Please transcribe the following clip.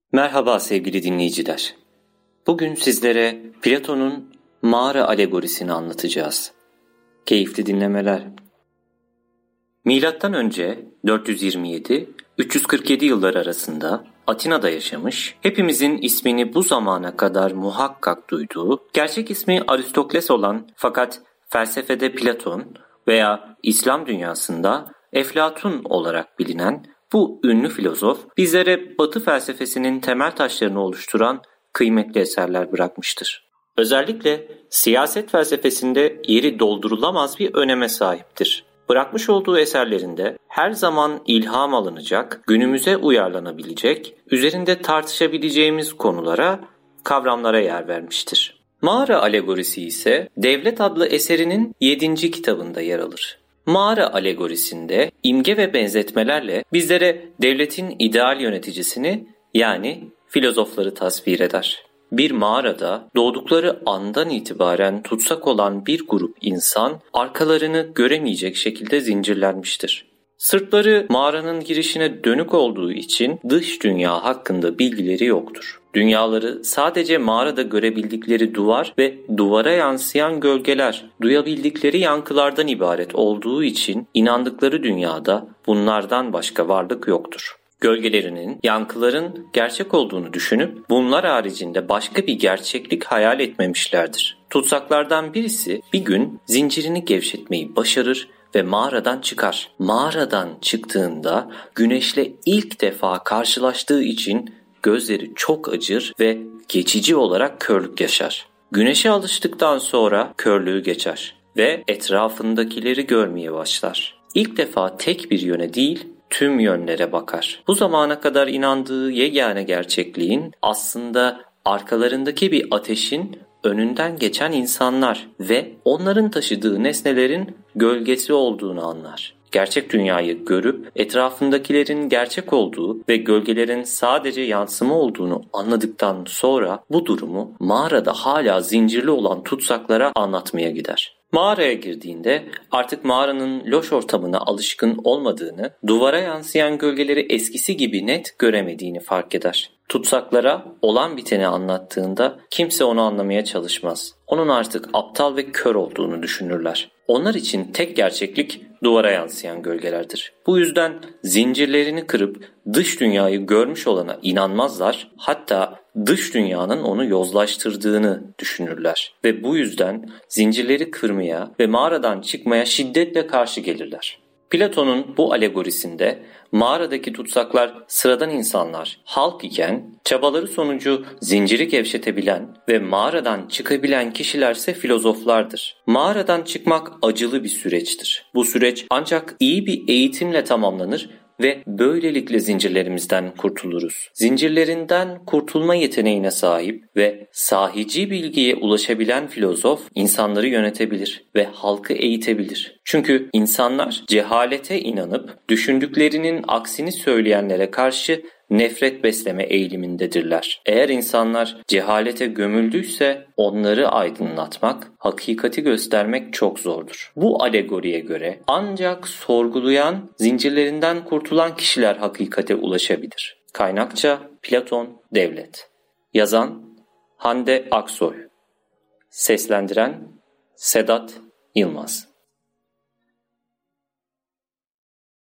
Merhaba sevgili dinleyiciler. Bugün sizlere Platon'un mağara alegorisini anlatacağız. Keyifli dinlemeler. Milattan önce 427-347 yılları arasında Atina'da yaşamış, hepimizin ismini bu zamana kadar muhakkak duyduğu, gerçek ismi Aristokles olan fakat felsefede Platon veya İslam dünyasında Eflatun olarak bilinen bu ünlü filozof bizlere Batı felsefesinin temel taşlarını oluşturan kıymetli eserler bırakmıştır. Özellikle siyaset felsefesinde yeri doldurulamaz bir öneme sahiptir. Bırakmış olduğu eserlerinde her zaman ilham alınacak, günümüze uyarlanabilecek, üzerinde tartışabileceğimiz konulara, kavramlara yer vermiştir. Mağara alegorisi ise Devlet adlı eserinin 7. kitabında yer alır. Mağara alegorisinde imge ve benzetmelerle bizlere devletin ideal yöneticisini yani filozofları tasvir eder. Bir mağarada doğdukları andan itibaren tutsak olan bir grup insan arkalarını göremeyecek şekilde zincirlenmiştir. Sırtları mağaranın girişine dönük olduğu için dış dünya hakkında bilgileri yoktur. Dünyaları sadece mağarada görebildikleri duvar ve duvara yansıyan gölgeler, duyabildikleri yankılardan ibaret olduğu için inandıkları dünyada bunlardan başka varlık yoktur. Gölgelerinin, yankıların gerçek olduğunu düşünüp bunlar haricinde başka bir gerçeklik hayal etmemişlerdir. Tutsaklardan birisi bir gün zincirini gevşetmeyi başarır ve mağaradan çıkar. Mağaradan çıktığında güneşle ilk defa karşılaştığı için gözleri çok acır ve geçici olarak körlük yaşar. Güneşe alıştıktan sonra körlüğü geçer ve etrafındakileri görmeye başlar. İlk defa tek bir yöne değil, tüm yönlere bakar. Bu zamana kadar inandığı yegane gerçekliğin aslında arkalarındaki bir ateşin önünden geçen insanlar ve onların taşıdığı nesnelerin gölgesi olduğunu anlar. Gerçek dünyayı görüp etrafındakilerin gerçek olduğu ve gölgelerin sadece yansıma olduğunu anladıktan sonra bu durumu mağarada hala zincirli olan tutsaklara anlatmaya gider. Mağaraya girdiğinde artık mağaranın loş ortamına alışkın olmadığını, duvara yansıyan gölgeleri eskisi gibi net göremediğini fark eder. Tutsaklara olan biteni anlattığında kimse onu anlamaya çalışmaz. Onun artık aptal ve kör olduğunu düşünürler. Onlar için tek gerçeklik duvara yansıyan gölgelerdir. Bu yüzden zincirlerini kırıp dış dünyayı görmüş olana inanmazlar, hatta dış dünyanın onu yozlaştırdığını düşünürler ve bu yüzden zincirleri kırmaya ve mağaradan çıkmaya şiddetle karşı gelirler. Platon'un bu alegorisinde mağaradaki tutsaklar sıradan insanlar, halk iken çabaları sonucu zinciri gevşetebilen ve mağaradan çıkabilen kişilerse filozoflardır. Mağaradan çıkmak acılı bir süreçtir. Bu süreç ancak iyi bir eğitimle tamamlanır ve böylelikle zincirlerimizden kurtuluruz. Zincirlerinden kurtulma yeteneğine sahip ve sahici bilgiye ulaşabilen filozof insanları yönetebilir ve halkı eğitebilir. Çünkü insanlar cehalete inanıp düşündüklerinin aksini söyleyenlere karşı nefret besleme eğilimindedirler. Eğer insanlar cehalete gömüldüyse onları aydınlatmak, hakikati göstermek çok zordur. Bu alegoriye göre ancak sorgulayan, zincirlerinden kurtulan kişiler hakikate ulaşabilir. Kaynakça Platon Devlet. Yazan Hande Aksoy. Seslendiren Sedat Yılmaz.